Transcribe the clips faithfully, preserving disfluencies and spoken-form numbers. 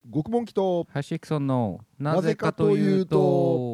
獄門記とハシキソンのなぜかというと、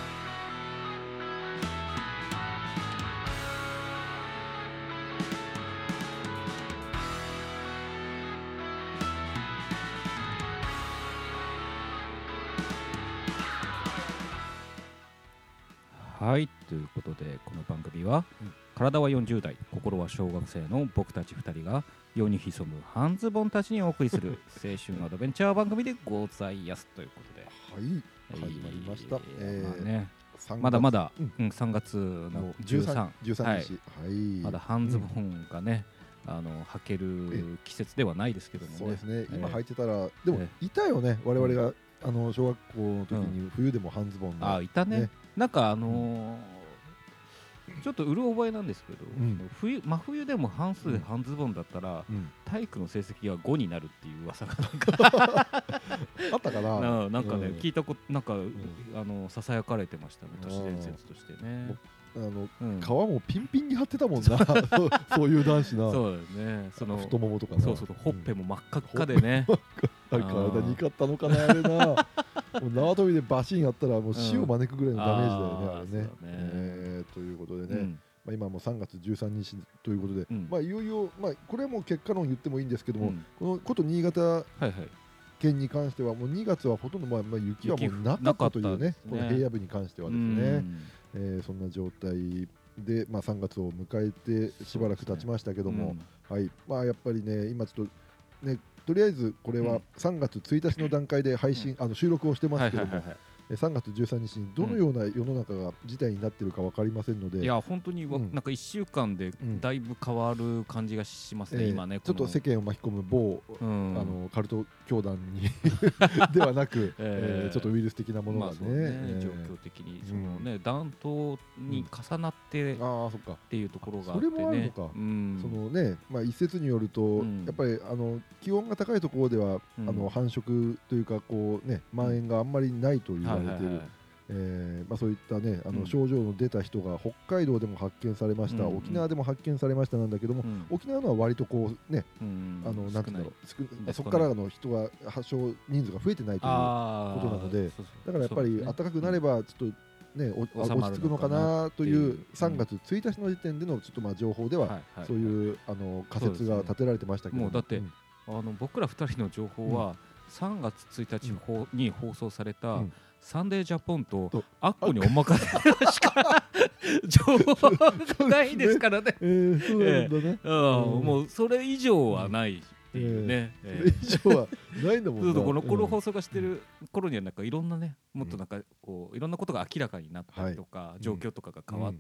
はいということで、この番組は、うん、体はよんじゅう代、心は小学生の僕たちふたりが世に潜む半ズボンたちにお送りする青春アドベンチャー番組でございますということで、 はい、始まりました。 えーまあね、まだまだ、うんうん、さんがつのじゅうさん、 じゅうさんにち、 はいはい、まだ半ズボンがね、うん、あの履ける季節ではないですけどもね。 そうですね、今履いてたら、でもいたよね、我々が、うん、あの小学校の時に冬でも半ズボンの、 うん、あいたね、なんかあのーうん、ちょっとうる覚えなんですけど、うん、冬真冬でも半袖半ズボンだったら、うん、体育の成績がごになるっていう噂がなんかあったかな。 ななんかね、うん、聞いたことなんか、うん、あのささやかれてましたね、都市伝説としてね。 あの、うん、皮もピンピンに張ってたもんなそういう男子な。 そうですね、その太ももとかな。 そうそう、ほっぺも真っ赤っかでね、 うん、体にかったのかなあれなもう縄跳びでバシンやったらもう死を招くぐらいのダメージだよね、うん、あれね。ね、えー、ということでね、うん、まあ、今もさんがつじゅうさんにちということで、うん、まあ、いよいよ、まあ、これはもう結果論言ってもいいんですけども、うん、このこと新潟県に関してはもうにがつはほとんど、まあまあ、雪はもうなかったというね、この平野部に関してはですね、えー、そんな状態で、まあ、さんがつを迎えてしばらく経ちましたけども、ね、うん、はい、まあ、やっぱりね今ちょっとね、とりあえずこれはさんがつついたちの段階で配信、うん、あの収録をしてますけども、はいはいはいはい、さんがつじゅうさんにちにどのような世の中が事態になっているか分かりませんので、 いや本当に、うん、なんかいっしゅうかんでだいぶ変わる感じがしますね、うん、今ね、 ちょっと世間を巻き込む某、うん、あのカルト教団にではなく、えーえー、ちょっとウイルス的なものがね、まあね、 えー、状況的にその、ね、暖冬に重なって、うん、あそっかっていうところがあってね、 それもあるのか、うん、そのね、まあ、一説によると、うん、やっぱりあの気温が高いところでは、うん、あの繁殖というかこう、ね、蔓延があんまりないと言われている、えーまあ、そういったねあの症状の出た人が北海道でも発見されました、うん、沖縄でも発見されましたなんだけども、うん、沖縄のは割とこうね、うん、あのなんていうんだろう、そこからの人が発症人数が増えてないということなので、だからやっぱり暖かくなればちょっとね、落ち着くのかなというさんがつついたちの時点でのちょっとまあ情報ではそういうあの仮説が立てられてましたけど、 もうだってあの僕らふたりの情報はさんがつついたちに放送されたサンデージャポンとアッコにお任せしか情報ないですからね。もうそれ以上はないっていうね。 それ以上はないんだもんね。 このこの放送がしてる頃にはなんかいろんなね、もっとなんかこういろんなことが明らかになったりとか、状況とかが変わって、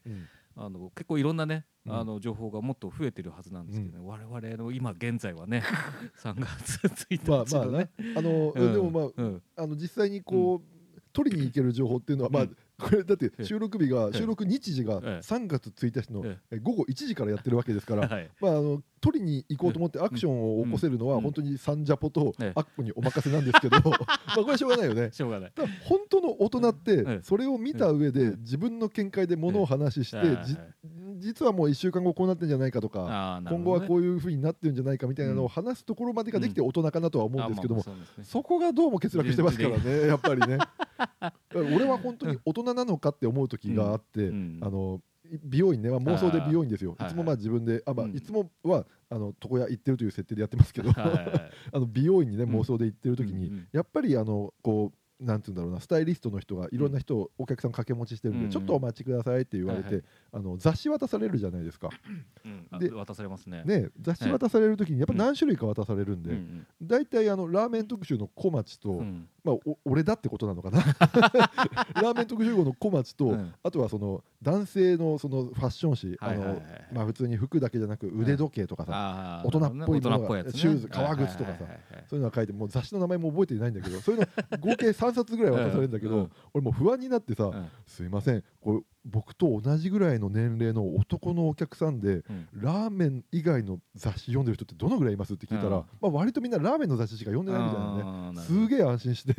あの結構いろんなね、あの情報がもっと増えてるはずなんですけどね、我々の今現在はねさんがつついたちのね、 あのでもまああの実際にこう取りに行ける情報っていうのはまあこれだって収録日が収録日時がさんがつついたちのごごいちじからやってるわけですから、まああの取りに行こうと思ってアクションを起こせるのは本当にサンジャポとアッコにお任せなんですけど、まあこれはしょうがないよね。 しょうがない。 本当の大人ってそれを見た上で自分の見解で物を話して、実はもういっしゅうかんごこうなってんじゃないかとか、今後はこういう風になってるんじゃないかみたいなのを話すところまでができて大人かなとは思うんですけども、そこがどうも欠落してますからね、やっぱりね。俺は本当に大人なのかって思う時があって、あの美容院ね、まあ、妄想で美容院ですよ。いつもまあ自分であ、まあ、いつもはあの床屋行ってるという設定でやってますけどあの美容院にね妄想で行ってる時にやっぱりあのこうなんていうんだろうな、スタイリストの人がいろんな人をお客さん掛け持ちしてるんで、ちょっとお待ちくださいって言われて、あの雑誌渡されるじゃないですか。 で渡されますね。 ね、雑誌渡される時にやっぱ何種類か渡されるんで、だいたいあのラーメン特集の小町と、まあ俺だってことなのかなラーメン特集号の小町と、あとはその男性のそのファッション誌、あのまあ普通に服だけじゃなく腕時計とかさ、大人っぽいものがシューズ、革靴とかさ、そういうのが書いて、もう雑誌の名前も覚えていないんだけど、そういうの合計さんさつぐらい渡されるんだけど、俺もう不安になってさ、すいません、これ僕と同じぐらいの年齢の男のお客さんで、ラーメン以外の雑誌読んでる人ってどのぐらいいますって聞いたら、まあ割とみんなラーメンの雑誌しか読んでないみたいなね。すげえ安心して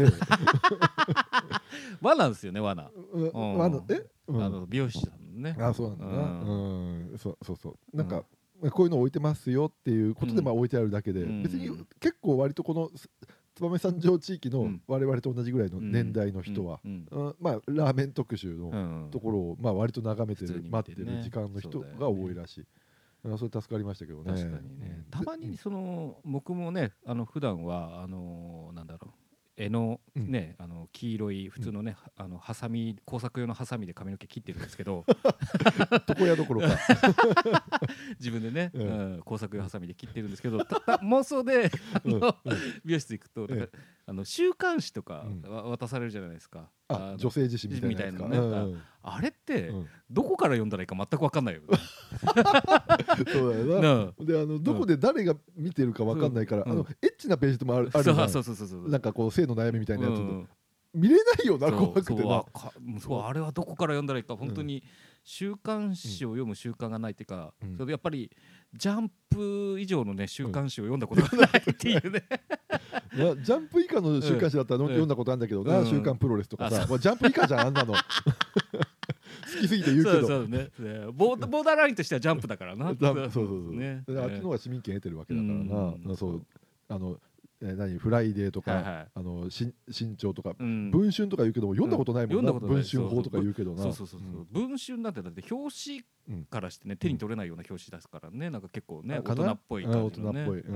罠ですよね、罠。 罠えあの美容師さんね。 あ、そうなんだな。うん、そうそうそう。なんかこういうの置いてますよっていうことでまあ置いてあるだけで、別に結構割とこの燕三条地域の我々と同じぐらいの年代の人は、うんうんうん、まあ、ラーメン特集のところを、まあ、割と眺めてる、ね、待ってる時間の人が多いらしい。それ助かりましたけどね。 確かにね。たまにその僕もね、あの普段はあのなんだろう、柄のね、うん、あの黄色い普通のね、うん、あのハサミ、工作用のハサミで髪の毛切ってるんですけど床屋どころか自分でね、うんうん、工作用ハサミで切ってるんですけど、たた妄想であの、うん、美容室行くと、うん、あの週刊誌とか渡されるじゃないですか、 うん、あ女性自身みたいなやつか、 ね、うん、あれって、うん、どこから読んだらいいか全く分かんないよねそうだよな。で、あのどこで誰が見てるか分かんないから、うん、あのエッチなページともある、あるじゃん。そうそうそうそう、なんかこう性の悩みみたいなやつ、うん、見れないよな、怖くてな。 そう、あれはどこから読んだらいいか本当に週刊誌を読む習慣がないっていうか、うん、それでやっぱりジャンプ以上のね週刊誌を読んだことがないっていうねジャンプ以下の週刊誌だったら読んだことあるんだけどな、うん、週刊プロレスとかさ、ジャンプ以下じゃん、あんなの好きすぎて言うけど、 そうそうね、ボー、ボーダーラインとしてはジャンプだからな。 そうそうそう、ね、あっちの方が市民権得てるわけだからな、うん、そうあのえー、何フライデーとか、はいはい、あのし新潮とか、うん、文春とか言うけども読んだことないもんな、うん、文春法とか言うけどな。 そうそうそうそう、うん、文春なんてだって表紙からしてね、うん、手に取れないような表紙ですからね、なんか結構ね大人っぽい感じのね、大人っぽい、うん、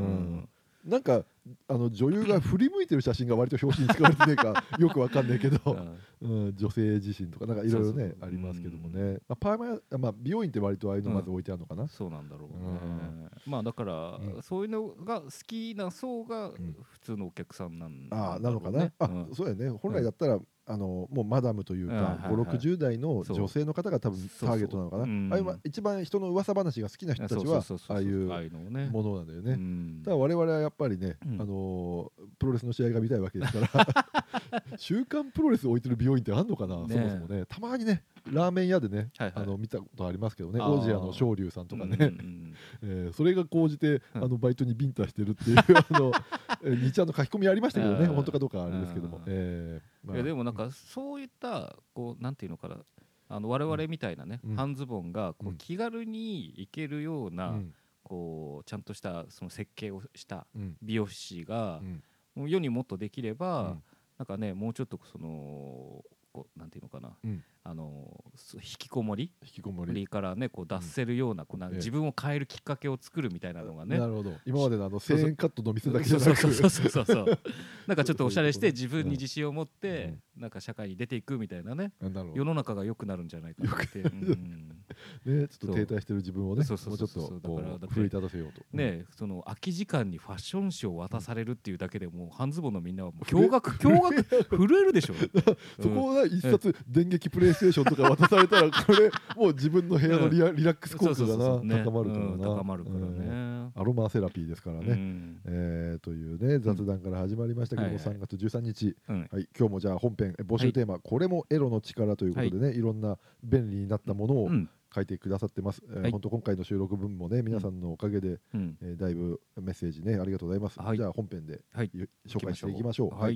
なんかあの女優が振り向いてる写真が割と表紙に使われてねえかよくわかんないけど、うん、女性自身とかなんかいろいろねありますけどもね、まあ、パーマや、まあ、美容院って割とああいうのまず置いてあるのかな、うん、 そうなんだろうね、うん、まあだから、うん、そういうのが好きな層が普通のお客さんなんだろうね、 ああなのかな、あ、うん、そうやね、本来だったら、うんあのもうマダムというかごじゅうろくじゅう代の女性の方が多分ターゲットなのかな。ああいう一番人の噂話が好きな人たちはああいうものなんだよね。ただ我々はやっぱりね、あのプロレスの試合が見たいわけですから週刊プロレス置いてる美容院ってあんのかな、そもそもね。たまにねラーメン屋でねあの見たことありますけどね、王子屋の昇龍さんとかね、それが高じてあのバイトにビンタしてるっていうあのにちゃんの書き込みありましたけどね、本当かどうかはあれですけども。 いやでもなんかそういったこうなんていうのかな、あの我々みたいなね、うん、半ズボンがこう気軽に行けるような、うん、こうちゃんとしたその設計をした美容師が、うん、もう世にもっとできれば、うん、なんかねもうちょっとそのこうなんていうのかな、うん、あの引きこもり引きこもりからねこう脱せるような、こうなんか自分を変えるきっかけを作るみたいなのがね、 なるほど、今までのあのせんえんカットの店だけじゃなく、 そうそうそうそうそうなんかちょっとおしゃれして自分に自信を持ってなんか社会に出ていくみたいなね、世の中が良くなるんじゃないかなって、うんね、ちょっと停滞してる自分をねもうちょっと奮い立たせようとね、その空き時間にファッション誌を渡されるっていうだけでもう半ズボンのみんなはもう驚愕驚愕震えるでしょそこを一冊電撃プレイステーションとか渡されたらこれもう自分の部屋のリラックス効果がな高まるからな、 高まるからね、 アロマセラピーですからね、えというね雑談から始まりましたけども、さんがつじゅうさんにち、はい、今日もじゃあ本編募集テーマ、これもエロの力ということでね、いろんな便利になったものを書いてくださってます。本当今回の収録分もね皆さんのおかげでだいぶメッセージねありがとうございます。じゃあ本編で紹介していきましょう。はい、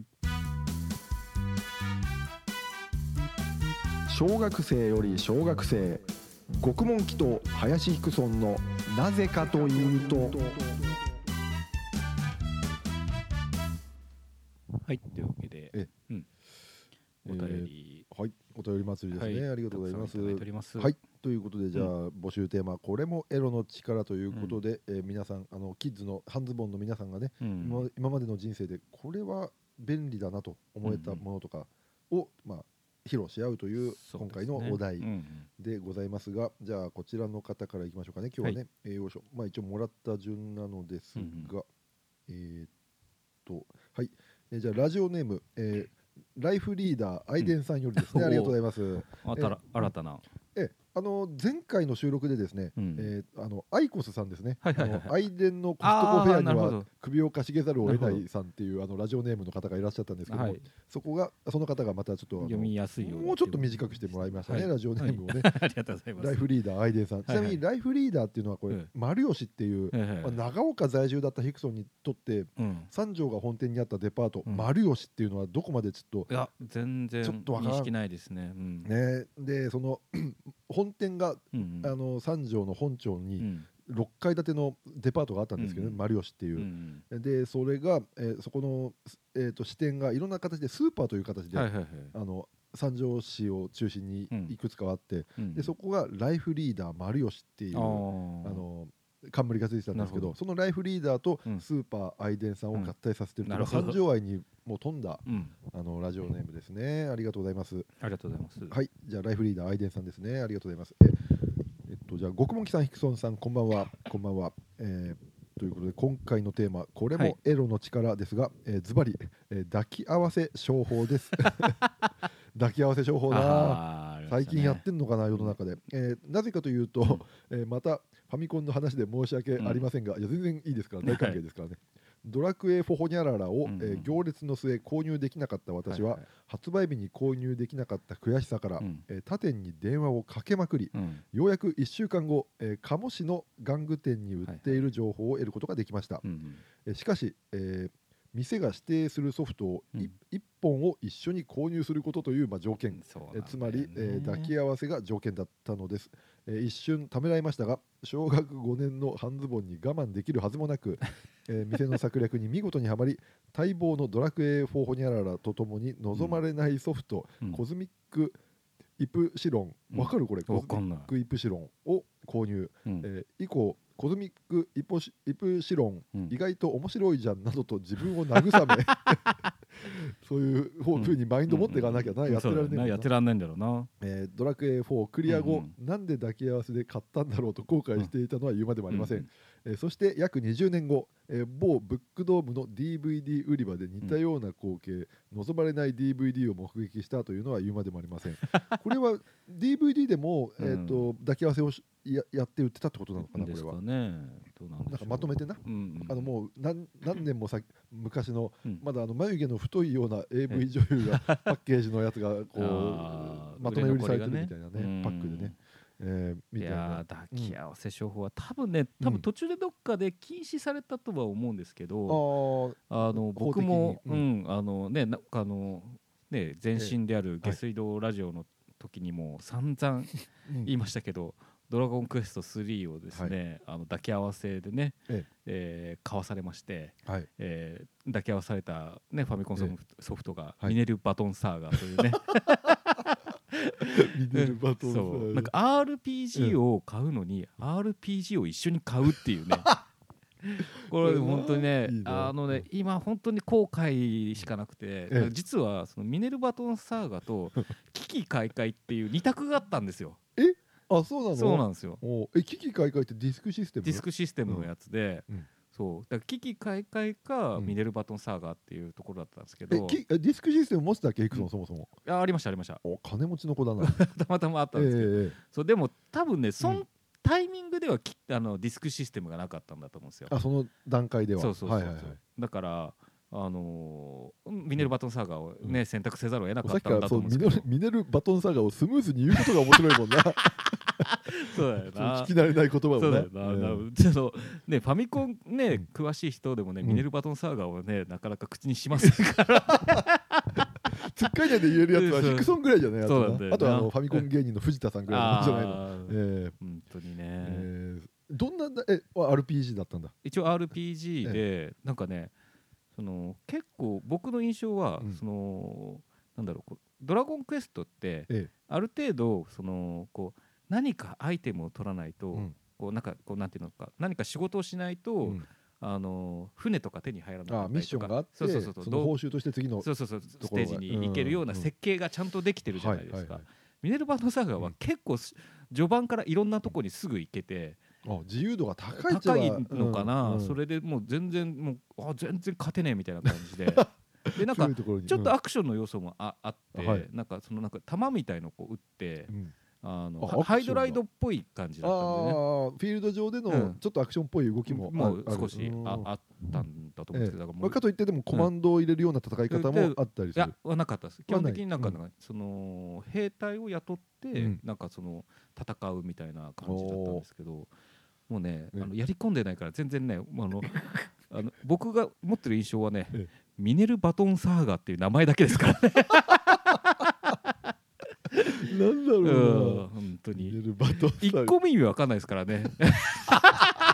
小学生より小学生、獄門祈祷林彦村のなぜかというと。 はいというわけで、え、うん、お便り、 えー、はいお便り祭りですね、はい、ありがとうございます。 ますはいということでじゃあ、うん、募集テーマこれもエロの力ということで、うんえー、皆さんあのキッズの半ズボンの皆さんがね、うん、今, 今までの人生でこれは便利だなと思えたものとかを、うんまあ、披露し合うという今回のお題でございますが、うんうん、じゃあこちらの方からいきましょうかね今日はね、はいえー、よいしょまあ、一応もらった順なのですが、うんうん、えー、っとはい、えー、じゃあラジオネーム、えーライフリーダーアイデンさんよりですね、うん、ありがとうございます。 新たなえあの前回の収録でですね、うんえー、あのアイコスさんですね、はいはいはい、アイデンのコストコフェアには首をかしげざるを得ないさんっていうあのラジオネームの方がいらっしゃったんですけども、はい、そこがその方がまたちょっと読みやすいようにもうちょっと短くしてもらいましたね、はい、ラジオネームをね、 はい、ありがとうございます。 ライフリーダーアイデンさん、はいはい、ちなみにライフリーダーっていうのはこれ、うん、丸吉っていう、はいはいまあ、長岡在住だったヒクソンにとって、うん、三条が本店にあったデパート、うん、丸吉っていうのはどこまでちょっといや全然認識ないですね、うん、 ねでその本店が、うんうん、あの三条の本町にろっかい建てのデパートがあったんですけどね、うん、マリオシっていう、うんうん、でそれが、えー、そこの、えー、と支店がいろんな形でスーパーという形で、はいはいはい、あの三条市を中心にいくつかあって、うん、でそこがライフリーダーマリオシっていう、うん、あの冠がついてたんですけ ど, どそのライフリーダーとスーパーアイデンさんを合体させてる、うん、三条愛にもう飛んだ、うん、あのラジオネームですね。ありがとうございます。 ありがとうございます。 はい、じゃあライフリーダーアイデンさんですね。ありがとうございます。ええっとじゃあ極門木さんヒクソンさんこんばんはこんばんは、えー、ということで今回のテーマこれもエロの力ですが、はい、えー、ズバリ、えー、抱き合わせ商法です抱き合わせ商法な、ね、最近やってんのかな世の中で、えー、なぜかというと、うん、えー、またファミコンの話で申し訳ありませんが、うん、いや全然いいですから大歓迎ですからね、はい、ドラクエフォホニャララを、うんうん、えー、行列の末購入できなかった私は、はいはい、発売日に購入できなかった悔しさから、うん、えー、他店に電話をかけまくり、うん、ようやくいっしゅうかんご、えー、鴨市の玩具店に売っている情報を得ることができました、はいはい、えー、しかし、えー店が指定するソフトを いっ,、うん、いっぽんを一緒に購入することという、まあ、条件、えつまり、えー、抱き合わせが条件だったのです、えー、一瞬ためらいましたが小学ごねんの半ズボンに我慢できるはずもなく、えー、店の策略に見事にはまり待望のドラクエフォーホニャララとともに望まれないソフト、うん、コズミックイプシロン、わ、うん、かるこれコズミックイプシロンを購入、うん、えー、以降コズミックイポシイプシロン、うん、意外と面白いじゃんなどと自分を慰めそういうふうにマインド持っていかなきゃな、うん、やってられないんだろうな、 やってらんないんだろうな、 えー、ドラクエフォークリア後、うんうん、なんで抱き合わせで買ったんだろうと後悔していたのは言うまでもありません、うんうん、えー、そして約にじゅうねんご、えー、某ブックドームの ディーブイディー 売り場で似たような光景、うん、望まれない ディーブイディー を目撃したというのは言うまでもありませんこれは ディーブイディー でも、えーと、抱き合わせをし や, やって売ってたってことなのかな、これは。ね、どうなんでしょう。なんかまとめてな、うんうん、あのもう 何, 何年も先昔の、うん、まだあの眉毛の太いような エーブイ 女優がパッケージのやつがこうまとめ売りされてるみたいなね、ね、パックでね。えー、みたいな。いや抱き合わせ商法は多分ね、多分途中でどっかで禁止されたとは思うんですけど、うん、あの僕も、うん、あのね、なんかあのね前身である下水道ラジオの時にも散々言いましたけど。ドラゴンクエストスリーをですね、はい、あの抱き合わせでね、えええー、買わされまして、はい、えー、抱き合わされた、ね、ファミコンソフト、ええ、ソフトが、はい、ミネルバトンサーガというねミネルバトンサーガ、 そうなんか アールピージー を買うのに、ええ、アールピージー を一緒に買うっていうねこれ本当にね、いいあのね今本当に後悔しかなくて、ええ、実はそのミネルバトンサーガと危機開会っていうに択があったんですよ。 えあ、そうなの？ そうなんですよ。 え、危機開会ってディスクシステム？ ディスクシステムのやつで、うん、そうだから危機開会か、うん、ミネルバトンサーガーっていうところだったんですけど、 えきディスクシステム持ってたっけ、いくつもそもそも。 うん、あ, ありましたありました。 お金持ちの子だな。 たまたまあったんですけど、えー、そうでも多分ねそのタイミングではきあのディスクシステムがなかったんだと思うんですよ。 あ、その段階では。 そうそうそうそう、はいはいはい、だからあのー、ミネルバトンサーガーを、ね、うん、選択せざるを得なかったんだと思うんですけど、 ミネルバトンサーガーをスムーズに言うことが面白いもんなそうだよな、 聞き慣れない言葉をね。 そうだよな、えー、そのねファミコンね、うん、詳しい人でもね、ミネルバトンサーガーをねなかなか口にしませんからつっかいないで言えるやつはヒクソンぐらいじゃない。あとあのファミコン芸人の藤田さんぐらいのじゃないの。えー、 本当にね、 えー、どんなえ アールピージー だったんだ。 一応 アールピージー で、えー、なんかねその結構僕の印象は、うん、そのなんだろう、ドラゴンクエストって、ええ、ある程度そのこう何かアイテムを取らないと、うん、こうなんかこうなんていうのか、何か仕事をしないと、うん、あの船とか手に入らなかったりとか、 ミッションがあって、 そうそうそうそう、 その報酬として次のそうそうそうステージに行けるような設計がちゃんとできてるじゃないですか。ミネルバトンサーガーは結構序盤からいろんなとこにすぐ行けて、 あ自由度が高い高いのかな、うんうん、それでもう全然もうあ全然勝てねえみたいな感じででなんかちょっとアクションの要素も あ, あって、はい、なんかそのなんか弾みたいのをこう撃って、うん、あのあハイドライドっぽい感じだったんでね、あフィールド上でのちょっとアクションっぽい動きも、 うん、もう少し あ, あったんだと思うんですけど、ええ、だからもうかといってでもコマンドを入れるような戦い方もあったりする、 うん、いやなかったです。基本的になんか、うん、その兵隊を雇って、うん、なんかその戦うみたいな感じだったんですけど、もうね、あのやり込んでないから全然ね、あのあの僕が持ってる印象はね、ええ、ミネルバトンサーガーっていう名前だけですからねなんだろうな、 うん、本当にいっこも意味わかんないですからね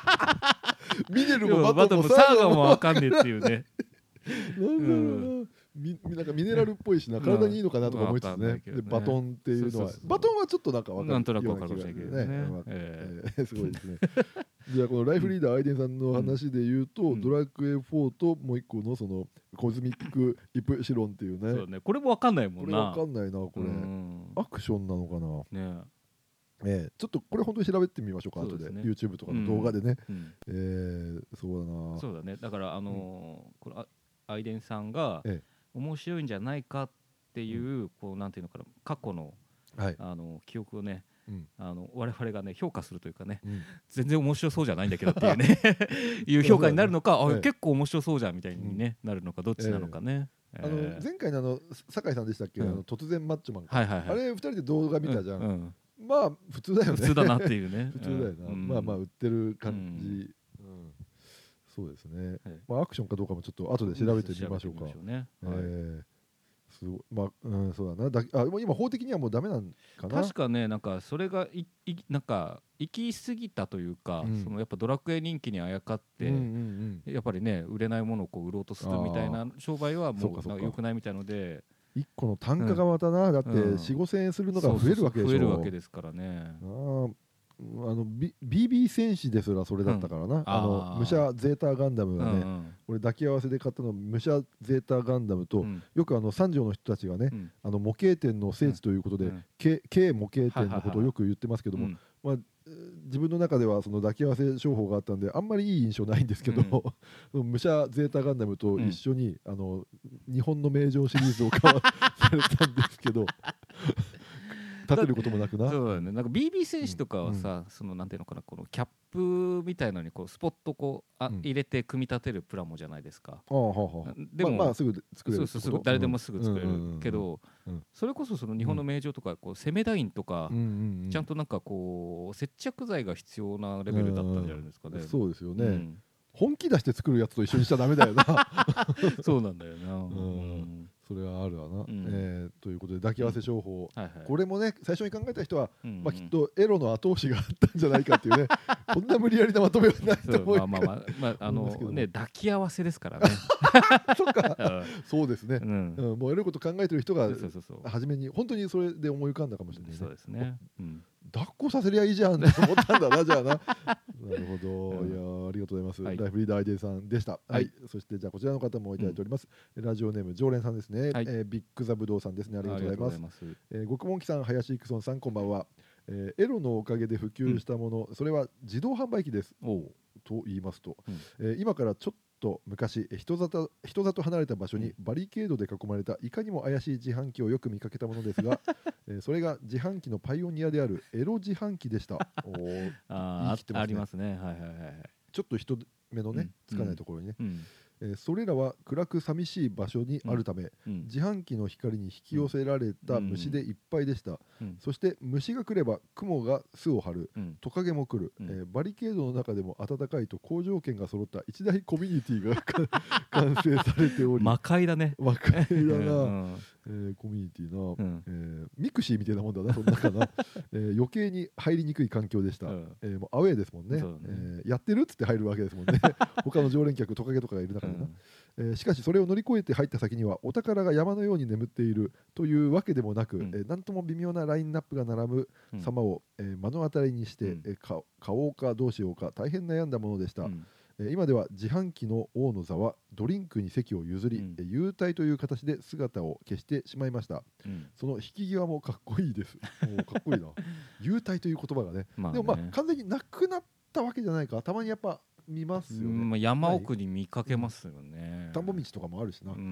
ミネルもバトンもサーガもわかんねえっていうねなんだろうな、みなんかミネラルっぽいしな、体にいいのかなとか思いつつね、でバトンっていうのはバトンはちょっとなんか分かるなんとなく分かるしけどね、 すごいですね。じゃあこのライフリーダーアイデンさんの話で言うと、ドラクエフォーともう一個のそのコズミックイプシロンっていうね、 そうね、これも分かんないもんな。 これ分かんないな、これアクションなのかなね。えー、ちょっとこれ本当に調べてみましょうか、後で YouTube とかの動画でね。そうだな。 そうだね、だからあのこのアイデンさんが面白いんじゃないかっていうこうなんていうのかな、過去のあの記憶をね、あの我々がね評価するというかね、全然面白そうじゃないんだけどっていうねいう評価になるのか、あ結構面白そうじゃんみたいにねなるのか、どっちなのかね。 あの前回のあの酒井さんでしたっけ、あの突然マッチョマン、あれふたりで動画見たじゃん。まあ普通だよね。 普通だなっていうね。 普通だよな。まあまあ売ってる感じ。そうですね。まあアクションかどうかもちょっと後で調べてみましょうか。すごい、まあうんそうだな。だあ今法的にはもうダメなんかな。 確かね、なんかそれがいいなんか行き過ぎたというか、そのやっぱドラクエ人気にあやかってやっぱりね売れないものをこう売ろうとするみたいな商売はもう良くないみたいので。 いっこの単価がまたな、だってよん、ごせんえんするのが増えるわけでしょ。 増えるわけですからね。 ああの ビービー 戦士ですらそれだったからな、あの武者ゼータガンダムがね、俺抱き合わせで買ったの武者ゼータガンダムと、よくあの三条の人たちがね、あの模型店の聖地ということで K 模型店のことをよく言ってますけども、まあ自分の中ではその抱き合わせ商法があったんであんまりいい印象ないんですけど、武者ゼータガンダムと一緒にあの日本の名城シリーズを買わされたんですけど立てることもなくな。 そうだね。なんか ビービー 戦士とかはさ、そのなんていうのかな、このキャップみたいのにこうスポットこうあ入れて組み立てるプラモじゃないですか。 でもまあすぐ作れる。 そうそう、誰でもすぐ作れるけど、それこそその日本の名城とかこうセメダインとかちゃんとなんかこう接着剤が必要なレベルだったんじゃないですかね。 そうですよね。本気出して作るやつと一緒にしちゃダメだよな。 そうなんだよな。 それはあるわな。ということで抱き合わせ商法、これもね最初に考えた人はまあきっとエロの後押しがあったんじゃないかっていうね、こんな無理やりなまとめはないと思う。 まあまあまあまああのね抱き合わせですからね。 そっか、そうですね。もうエロいこと考えてる人が初めに本当にそれで思い浮かんだかもしれないね。 そうですね。 抱っこさせりゃいいじゃんって思ったんだな、じゃあな。なるほど、いやありがとうございます。ライフリーダーアイデンさんでした。はい、そしてじゃあこちらの方もいただいております。ラジオネーム常連さんですね。ビッグザブドウさんですね。ありがとうございます。極門記さん、林育村さん、こんばんは。エロのおかげで普及したもの、それは自動販売機です。と言いますと、今からちょっと昔人里、人里離れた場所にバリケードで囲まれたいかにも怪しい自販機をよく見かけたものですが、それが自販機のパイオニアであるエロ自販機でした。 あありますね。はいはいはい。 ちょっと人目のねつかないところにね。それらは暗く寂しい場所にあるため、うん、自販機の光に引き寄せられた虫でいっぱいでした、うん、そして虫が来れば雲が巣を張る、うん、トカゲも来る、うん、えー、バリケードの中でも暖かいと好条件が揃った一大コミュニティが完成されており魔界だね魔界だな、うんえー、コミュニティな、うんえー、ミクシーみたいなもんだな、そんなかな、えー、余計に入りにくい環境でした、うんえー、もうアウェーですもんね、ねえー、やってるっつって入るわけですもんね他の常連客トカゲとかがいる中でな、うんえー、しかしそれを乗り越えて入った先にはお宝が山のように眠っているというわけでもなく、うんえー、なんとも微妙なラインナップが並ぶ様を、うんえー、目の当たりにして、うんえー、買おうかどうしようか大変悩んだものでした、うんえー、今では自販機の王の座はドリンクに席を譲り、うんえー、優待という形で姿を消してしまいました、うん、その引き際もかっこいいですもうかっこいいな優待という言葉がね、まあね、でもまあ完全になくなったわけじゃないか、たまにやっぱ見ますよね、 まあ、山奥に見かけますよね、 田んぼ道とかもあるしな、うん、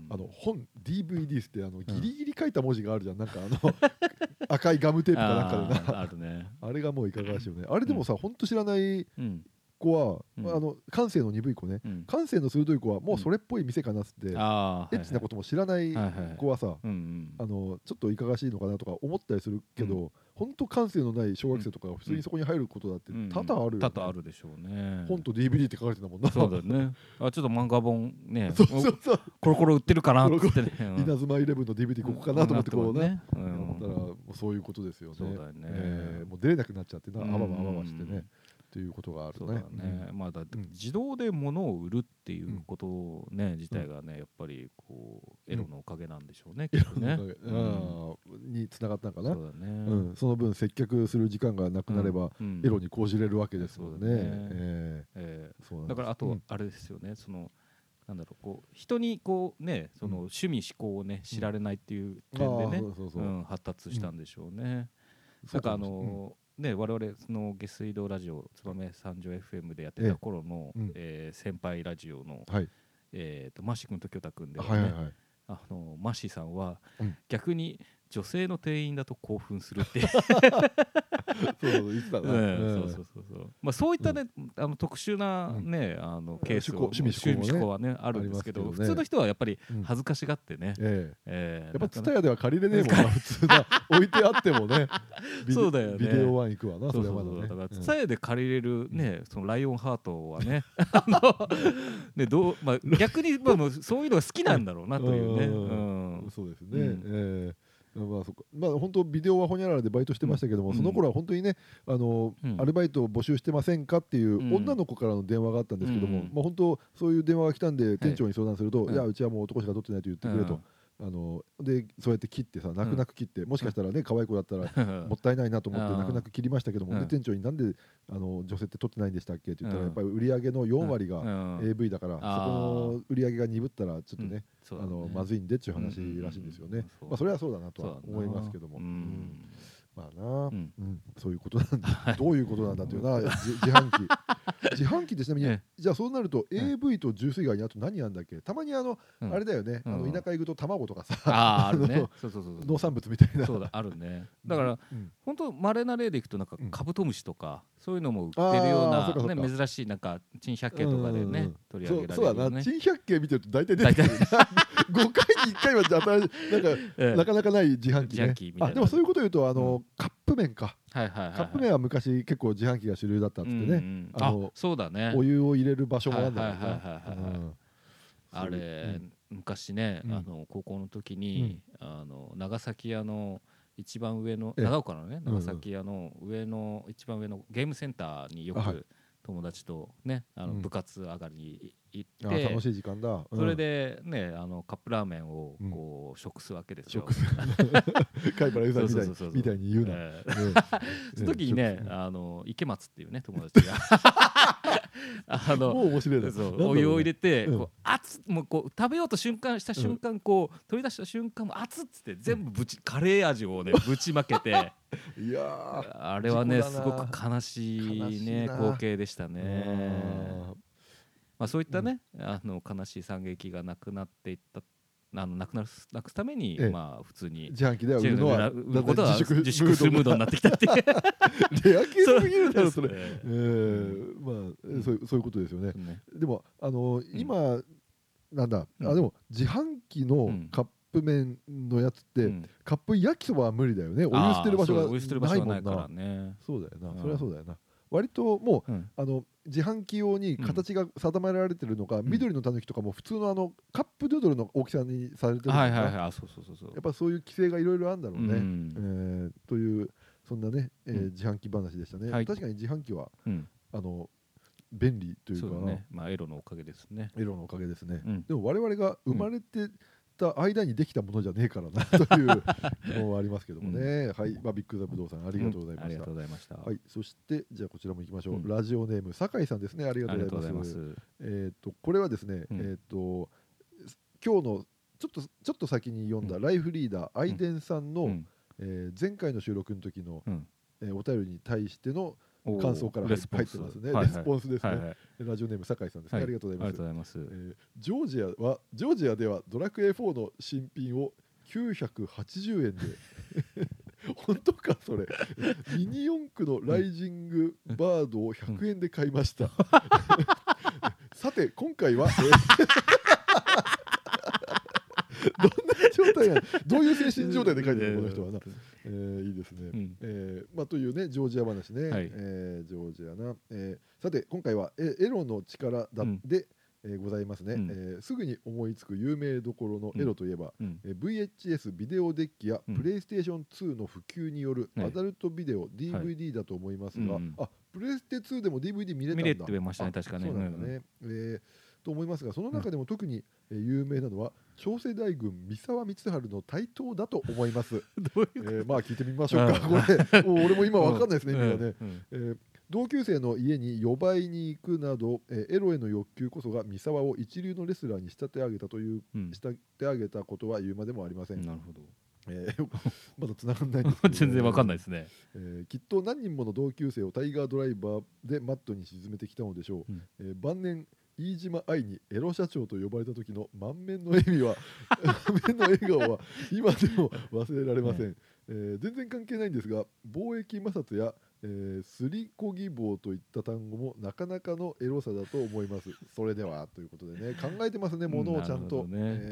あの本 ディーブイディー ってあのギリギリ書いた文字があるじゃん、なんかあの赤いガムテープかなんかでなあ, あるねあれがもういかがわしいよね、あれでもさ、うん、ほんと知らない子は、うん、あの感性の鈍い子ね、うん、感性の鋭い子はもうそれっぽい店かなっつって、うん、エッチなことも知らない子はさ、あのちょっといかがしいのかなとか思ったりするけど、うん本当感性のない小学生とかが普通にそこに入ることだって多々あるよね、 多々あるでしょうね。 本と ディーブイディー って書かれてたもんな。 そうだね。あちょっと漫画本ねそうそうそうコロコロ売ってるかなっつってね、 稲妻イレブンの ディーブイディー ここかなと思ってこうね、だからそういうことですよね。 そうだよね、 えー、もう出れなくなっちゃってな、あわわあわわしてねっっていうことがあるね。 そうだね、うん、まあだ自動で物を売るっていうことをね、うん、自体がねやっぱりこうエロのおかげなんでしょうね、うん、きっとね、 うん、につながったのかな。 そうだね、 うん、その分接客する時間がなくなれば、うん、エロに講じれるわけですもんね。えーえー、だからあとあれですよね、そのなんだろう、こう人にこうねその趣味思考をね知られないっていう点でね発達したんでしょうね。なんかあのね我々その下水道ラジオ燕三条 エフエム でやってた頃のえ先輩ラジオのえとマッシー君とキョタ君ではね、あのマッシーさんは逆に女性の店員だと興奮するってそう言ってたな。 そうそうそうそう。まあそういったね、あの特殊なね、あのケースを趣味思考はねあるんですけど、普通の人はやっぱり恥ずかしがってね。 やっぱツタヤでは借りれねえもんな、普通な置いてあってもね。 そうだよね。 ビデオワン行くわな、それまだね。 だからツタヤで借りれるね、そのライオンハートはね、ねどうまあ逆にまあそういうのが好きなんだろうなというね。そうですね。まあそこまあ本当ビデオはホニャララでバイトしてましたけども、うん、その頃は本当にねあの、うん、アルバイトを募集してませんかっていう女の子からの電話があったんですけども、うん、まあ本当そういう電話が来たんで店長に相談すると、はい、いやうちはもう男しか取ってないと言ってくれと。あのでそうやって切ってさ泣く泣く切って、もしかしたらね可愛い子だったらもったいないなと思って泣く泣く切りましたけども、で店長になんであの女性って取ってないんでしたっけって言ったら、やっぱり売り上げのよんわりが エーブイ だから、そこの売り上げが鈍ったらちょっとねあのまずいんでっていう話らしいんですよね。まあそれはそうだなとは思いますけども。まあな、うんうん、そういうことなんだどういうことなんだというな自販機自販機ですね。じゃあそうなると エーブイ とジュース以外にあと何やんだっけ。たまにあの、うん、あれだよね、うん、あの田舎行くと卵とかさああるね農産物みたいなそうだあるね。だから、うん、本当稀な例でいくとなんかカブトムシとかそういうのも売ってるような、ね、珍しいなんか珍百景とかでね取り上げられるよね。 そうだな、珍百景見てると大体出てくるごかいにいっかいは新しいなんか、ええ、なかなかない自販機ね。あでもそういうこと言うとあの、うん、カップ麺か。カップ麺は昔結構自販機が主流だったっつってね、うんうん、 あのそうだね、 お湯を入れる場所もあるんだよね。 あれ、うん、昔ね、うん、あの高校の時に、うん、あの長崎屋の一番上の長岡のね長崎屋の上の一番上のゲームセンターによく友達とねあの部活上がりに行って、 楽しい時間だ。 それでねあのカップラーメンをこう食すわけですよ。 貝原優さんみたいに言うな。 その時にねあの池松っていうね友達があのお湯を入れてこう熱もうこう食べようと瞬間した瞬間こう取り出した瞬間も熱っつって全部ぶちカレー味をねぶちまけていやあれはねすごく悲しいね光景でしたね。まあそういったねあの悲しい惨劇がなくなっていったあのなくなるなくすために、ええ、まあ普通に自販機では売るのは売ることは自粛するムードになってきたっていうレアケーすぎるだろそれ。えー、まあ、うん、そうそういうことですよね。ねでもあのー、今、うん、なんだ、うん、あでも自販機のカップ麺のやつって、うん、カップ焼きそばは無理だよね。お湯捨てる場所がないもんな。ね、そうだよな、うん、それはそうだよな。割ともう、うん、あの自販機用に形が定められてるのか、うん、緑のたぬきとかも普通のあのカップヌードルの大きさにされてるのか、やっぱそういう規制がいろいろあるんだろうね、うん、えー、というそんなね、えー、自販機話でしたね、はい、確かに自販機は、うん、あの便利というか、 ね、まあ、エロのおかげですね。 エロのおかげですね、うん、でも我々が生まれてた間にできたものじゃねえからなというのはありますけどもね、うん、はい、まあ、ビッグザブドウさんありがとうございました、うん、ありがとうございました。はい、そしてじゃあこちらも行きましょう、うん、ラジオネーム酒井さんですね、ありがとうございます。えっとこれはですね、うん、えっと今日のちょっとちょっと先に読んだライフリーダー、アイデンさんの、うん、えー、前回の収録の時の、うん、えー、お便りに対しての感想から入ってますね。レスポンスですね。ラジオネーム酒井さんですね。ありがとうございます。ジョージアはジョージアではドラクエフォーの新品をきゅうひゃくはちじゅうえんで本当かそれ。ミニ四駆のライジングバードをひゃくえんで買いました。さて今回は。どんな状態やどういう精神状態で書いてるのこの人はな、えー、いいですね、うん、えーまあ、というねジョージア話ね、はい、えー、ジョージアな、えー、さて今回はエエロの力だ、うん、で、えー、ございますね、うん、えー、すぐに思いつく有名どころのエロといえば、うん、えー、ブイエイチエス ビデオデッキや、うん、プレイステーションツーの普及によるアダルトビデオ、うん、ディーブイディー だと思いますが、はい、あプレステツーでも ディーブイディー 見れたんだ。 見れてましたね確かね。 そうなんだね、うん、えーと思いますが、その中でも特に有名なのは長生大軍三沢光晴の台頭だと思います。 どういうえー、まあ聞いてみましょうか。これもう俺も今わかんないですね、意味がね、えー同級生の家に呼ばいに行くなど、えー、エロへの欲求こそが三沢を一流のレスラーに仕立て上げたという、うん、仕立て上げたことは言うまでもありません。 なるほど。 えー、まだ繋がんないんですけど、ね、 全然わかんないですね、 えー、きっと何人もの同級生をタイガードライバーでマットに沈めてきたのでしょう、うんえー、晩年飯島愛にエロ社長と呼ばれた時の満面の笑みは満面の笑顔は今でも忘れられません、ねえー、全然関係ないんですが貿易摩擦やえー、すりこぎ棒といった単語もなかなかのエロさだと思います。それではということでね、考えてますね、ものをちゃんと。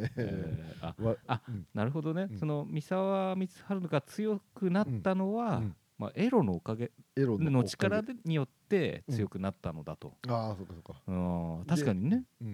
なるほどね。その三沢光晴が強くなったのは、うんうんまあ、エロのおかげの力によって強くなったのだと。 うん、ああ、そうかそうか。 あ確かにね。 うん、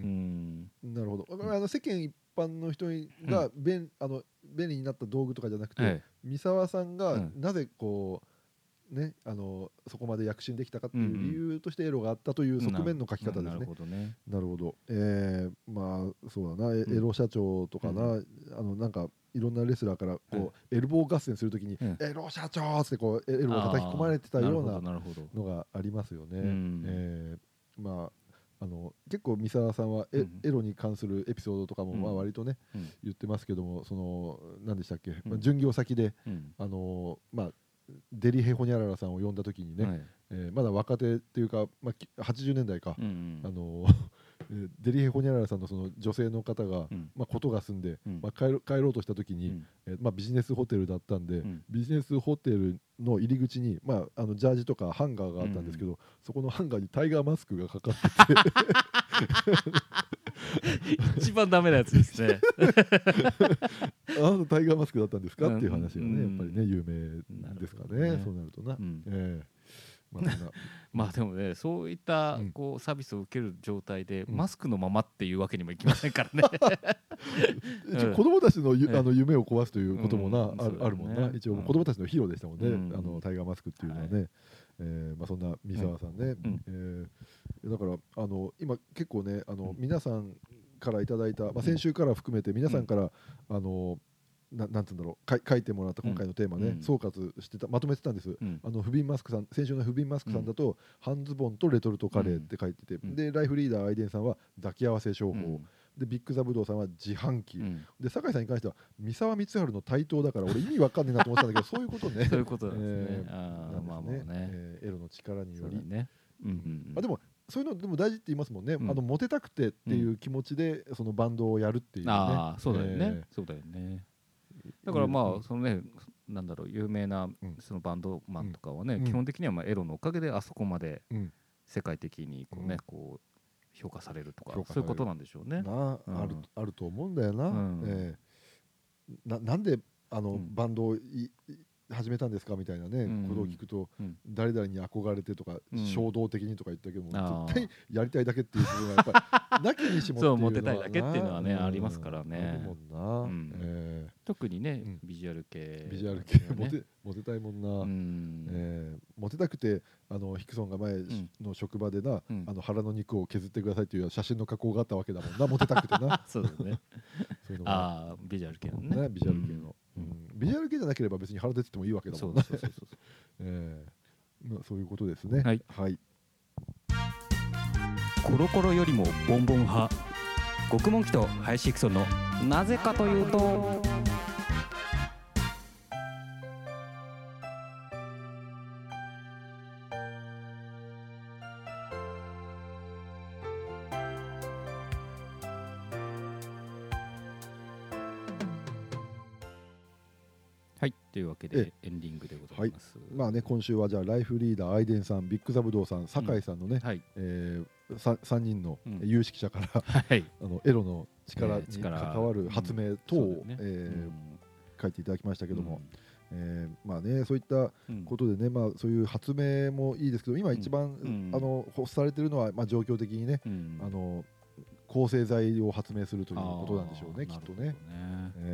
なるほど。あの世間一般の人が便、うん、あの便利になった道具とかじゃなくて、はい、三沢さんがなぜこう、ね、あのそこまで躍進できたかっていう理由としてエロがあったという側面の書き方ですね。なるほどね。なるほど。えー、まあそうだな、エロ社長とかな、うん、あのなんかいろんなレスラーからこう、うん、エルボー合戦するときに、うん、エロ社長ってこうエロを叩き込まれてたようなのがありますよね。うん、えー、まああの結構三沢さんは エ,、うん、エロに関するエピソードとかもまあ割とね、うん、言ってますけども、その何でしたっけ、まあ、巡業先で、うん、あのまあデリヘホニャララさんを呼んだ時にね、はいえー、まだ若手っていうか、まあ、はちじゅうねんだいか、うんうん、あのデリヘホニャララさんのその女性の方が、うんまあ、ことが済んで、うんまあ、帰ろ帰ろうとした時に、うんえーまあ、ビジネスホテルだったんで、うん、ビジネスホテルの入り口に、まあ、あのジャージとかハンガーがあったんですけど、うん、そこのハンガーにタイガーマスクがかかってて一番ダメなやつですねあのタイガーマスクだったんですか、うん、っていう話がねやっぱりね有名ですか ね, ねそうなるとな、うんえーまあ、 まあでもねそういったこうサービスを受ける状態でマスクのままっていうわけにもいきませんからね一応子供たちの、あの夢を壊すということもな、うん、ある、ね、あるもんな。一応子供たちのヒーローでしたもんね、うん、あのタイガーマスクっていうのはね、はいえーまあ、そんな三沢さんね、うんえー、だからあの今結構ねあの皆さんからいただいた、まあ、先週から含めて皆さんから、あのななんつうんだろうか書いてもらった今回のテーマね、うん、総括してたまとめてたんです、うん、あのフビンマスクさん先週のフビンマスクさんだと、うん、半ズボンとレトルトカレーって書いてて、うん、でライフリーダーアイデンさんは抱き合わせ商法、うん、でビッグザブドウさんは自販機、うん、で酒井さんに関しては三沢光晴の台頭だから俺意味わかんねえなと思ってたんだけどそういうことねそういうことなんですね、えー、あまあまあね、 えー、エロの力により、 ねうんうんうん、 あでもそういうのでも大事って言いますもんね、うん、あのモテたくてっていう気持ちでそのバンドをやるっていうね、 あそうだよね、えー、そうだよねだからまあそのねなんだろう有名なそのバンドマンとかはね、うん、基本的にはまあエロのおかげであそこまで世界的にこうね、うん、こう評価されるとかそういうことなんでしょうね。 な、うん、あるあると思うんだよな。うん、えー、な, なんであの、うん、バンドをい始めたんですかみたいなね、うん、ことを聞くと、うん、誰々に憧れてとか、うん、衝動的にとか言ったけども、絶対やりたいだけっていう部分がやっぱりなきにしもっていうのはそうモテたいだけっていうのはね、うん、ありますからね。 あるもんな、うんえー、 特にね、うん、ビジュアル系、 ビジュアル系、ね、モテモテたいもんな、うんえー、モテたくてあのヒクソンが前の職場でな、うん、あの腹の肉を削ってくださいという写真の加工があったわけだもんなモテたくてなそうだねそういうのあビジュアル系のね、 ねビジュアル系の、うんうん、ビジュアル系じゃなければ別に腹出ててもいいわけだもんなそうそうそうそう、えーまあ、そういうことですね。はい、はい、 コロコロよりもボンボン派獄門記と林ヒクソンのなぜかというとはいというわけでエンディングでございます、 はいまあね、今週はじゃあライフリーダーアイデンさんビッグザブドウさん酒井さんのね、うんはいえー、ささんにんの有識者から、うんはい、あのエロの力に関わる発明等を、うんえーうん、書いていただきましたけども、うんえーまあね、そういったことでね、うんまあ、そういう発明もいいですけど今一番、うん、あの発されているのは、まあ、状況的にね、うん、あの抗生剤を発明するということなんでしょうねきっとね。えー、ま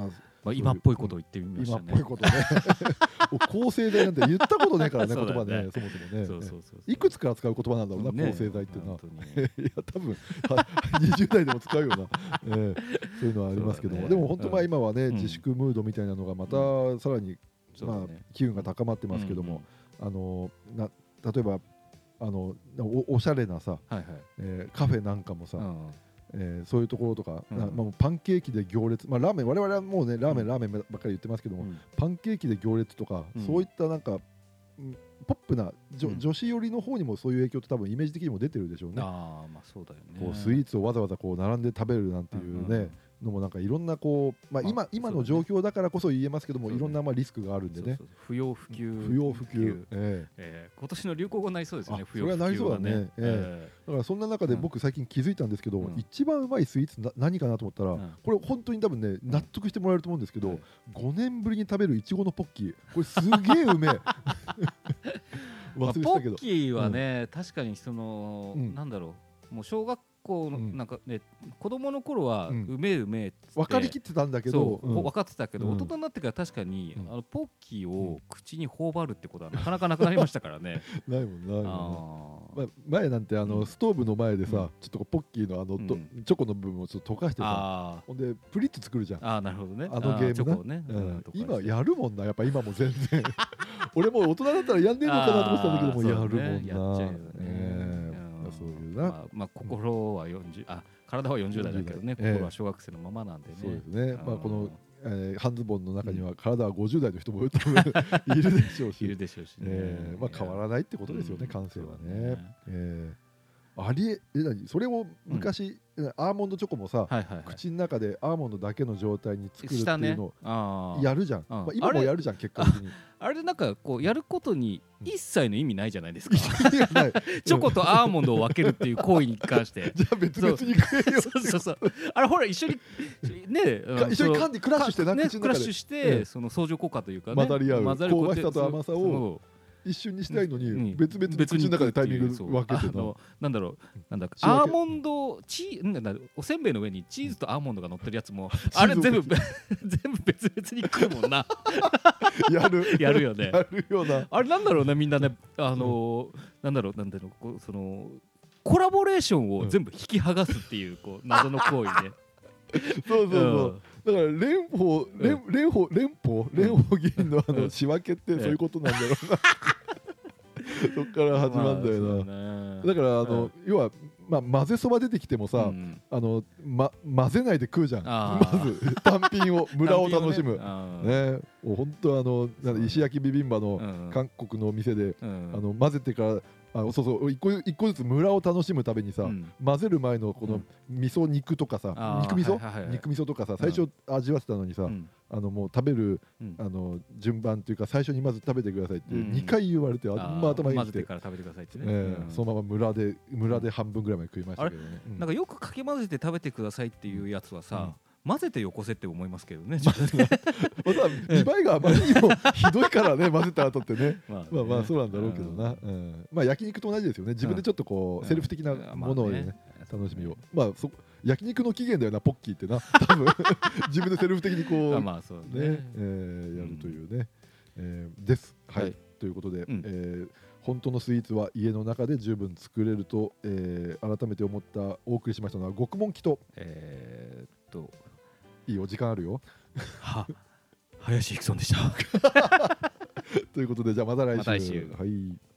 まあまあ、今っぽいことを言ってみましたね。 今っぽいことね抗生剤なんて言ったことねえからね言葉ねそもそもね。そうそうそういくつか使う言葉なんだろうな、ね、抗生剤っていうのは。いや多分にじゅう代でも使うような、えー、そういうのはありますけども、ね、でも本当まあ今はね、うん、自粛ムードみたいなのがまたさらに、うんまあ、機運が高まってますけども、うん、あのな例えばあの お, おしゃれなさ、はいはいえー、カフェなんかもさ、うんえー、そういうところとか、うんまあ、パンケーキで行列、まあ、ラーメン我々はもうねラーメン、うん、ラーメンばっかり言ってますけども、うん、パンケーキで行列とか、うん、そういったなんか、うん、ポップな、うん、女子寄りの方にもそういう影響って多分イメージ的にも出てるでしょうね。 あまあそうだよね。 こうスイーツをわざわざこう並んで食べるなんていうね、うんうんのもなんかいろんなこう、まあ、今, 今の状況だからこそ言えますけども、いろんなまあリスクがあるんでね。そうそう不要不急不要不急、 えーえー、今年の流行語になりそうですよね。 不要不急はね。それはなりそうだね、えー、だからそんな中で僕最近気づいたんですけど、うん、一番うまいスイーツな何かなと思ったら、うん、これ本当に多分ね納得してもらえると思うんですけど、うん、ごねんぶりに食べるいちごのポッキー、これすげえうめえ忘れてたけど、まあ、ポッキーはね、うん、確かにその、うん、なんだろう、もう小学校のなんかね、うん、子供の頃はうめえうめえって分かりきってたんだけど、 そう、うん、分かってたけど、うん、大人になってから確かに、うん、あのポッキーを口に頬張るってことはなかなかなくなりましたからねないもんないもん、まあ、前なんてあの、うん、ストーブの前でさ、うん、ちょっとポッキーのあの、うん、チョコの部分をちょっと溶かしてさ、ほんでプリッと作るじゃん。 あなるほどね、 あのゲームな、ねうん、今やるもんな、やっぱ今も全然俺も大人だったらやんねえのかなと思ってたんだけども、やるもんな、やっちゃうよね、えーそういうな、 まあ、まあ心はよんじゅう、あ体はよんじゅう代だけどね、心は小学生のままなんでね。 そうですね。まあこの、えー、半ズボンの中には体はごじゅう代の人もいるでしょうし、 いるでしょうしね。 えー、まあ変わらないってことですよね、感性はね。えー、ありええ何それを昔、うん、アーモンドチョコもさ、はいはいはい、口の中でアーモンドだけの状態に作るっていうのをやるじゃん、ね、まあ、今もやるじゃん結果的に。 あれなんかこうやることに一切の意味ないじゃないですかチョコとアーモンドを分けるっていう行為に関してじゃあ別々に食えよそうそうそうあれほら一緒にね一緒に噛んでクラッシュしてな、 ね、クラッシュして、うん、その相乗効果というかね混ざり合う香ばしさと甘さを一瞬にしたいのに別々に口の中でタイミング分けてな、 なんだろうなんだアーモンドチーなんだおせんべいの上にチーズとアーモンドが乗ってるやつもあれ全部全部別々に食うもんなやるやるよねやるよな。 あれなんだろうねみんなねあのなんだろうなんだろうそのコラボレーションを全部引き剥がすっていうこう謎の行為ねそうそうそうだから連邦連連邦連邦連邦議員のあの仕分けってそういうことなんだろうなそっから始まるんだよな。だからあの要はまあ混ぜそば出てきてもさあのま混ぜないで食うじゃん。まず単品を村を楽しむね。もう本当あの石焼きビビンバの韓国のお店であの混ぜてからあそうそう一個一個ずつ村を楽しむためにさ、うん、混ぜる前のこの味噌肉とかさ、うん、肉味噌、はいはいはい、肉味噌とかさ最初味わってたのにさ、うん、あのもう食べる、うん、あの順番というか最初にまず食べてくださいってにかい言われて、うん、あんま頭にきて混ぜてから食べてくださいってね、 えー、そのまま村で村で半分ぐらいまで食いましたけどね、 うん、なんかよくかき混ぜて食べてくださいっていうやつはさ、うん混ぜてよこせって思いますけどね。また見栄えがあまりにもひどいからね混ぜた後ってねまあまあそうなんだろうけどな、うん、まあ焼肉と同じですよね。自分でちょっとこうセルフ的なものをね楽しみをまあそ焼肉の起源だよなポッキーってな多分自分でセルフ的にこうねえやるというねえですはいということでえ本当のスイーツは家の中で十分作れるとえ改めて思ったお送りしましたのは獄門記とえっといいお時間あるよは林育村でしたということでじゃあまた来週、 また来週はい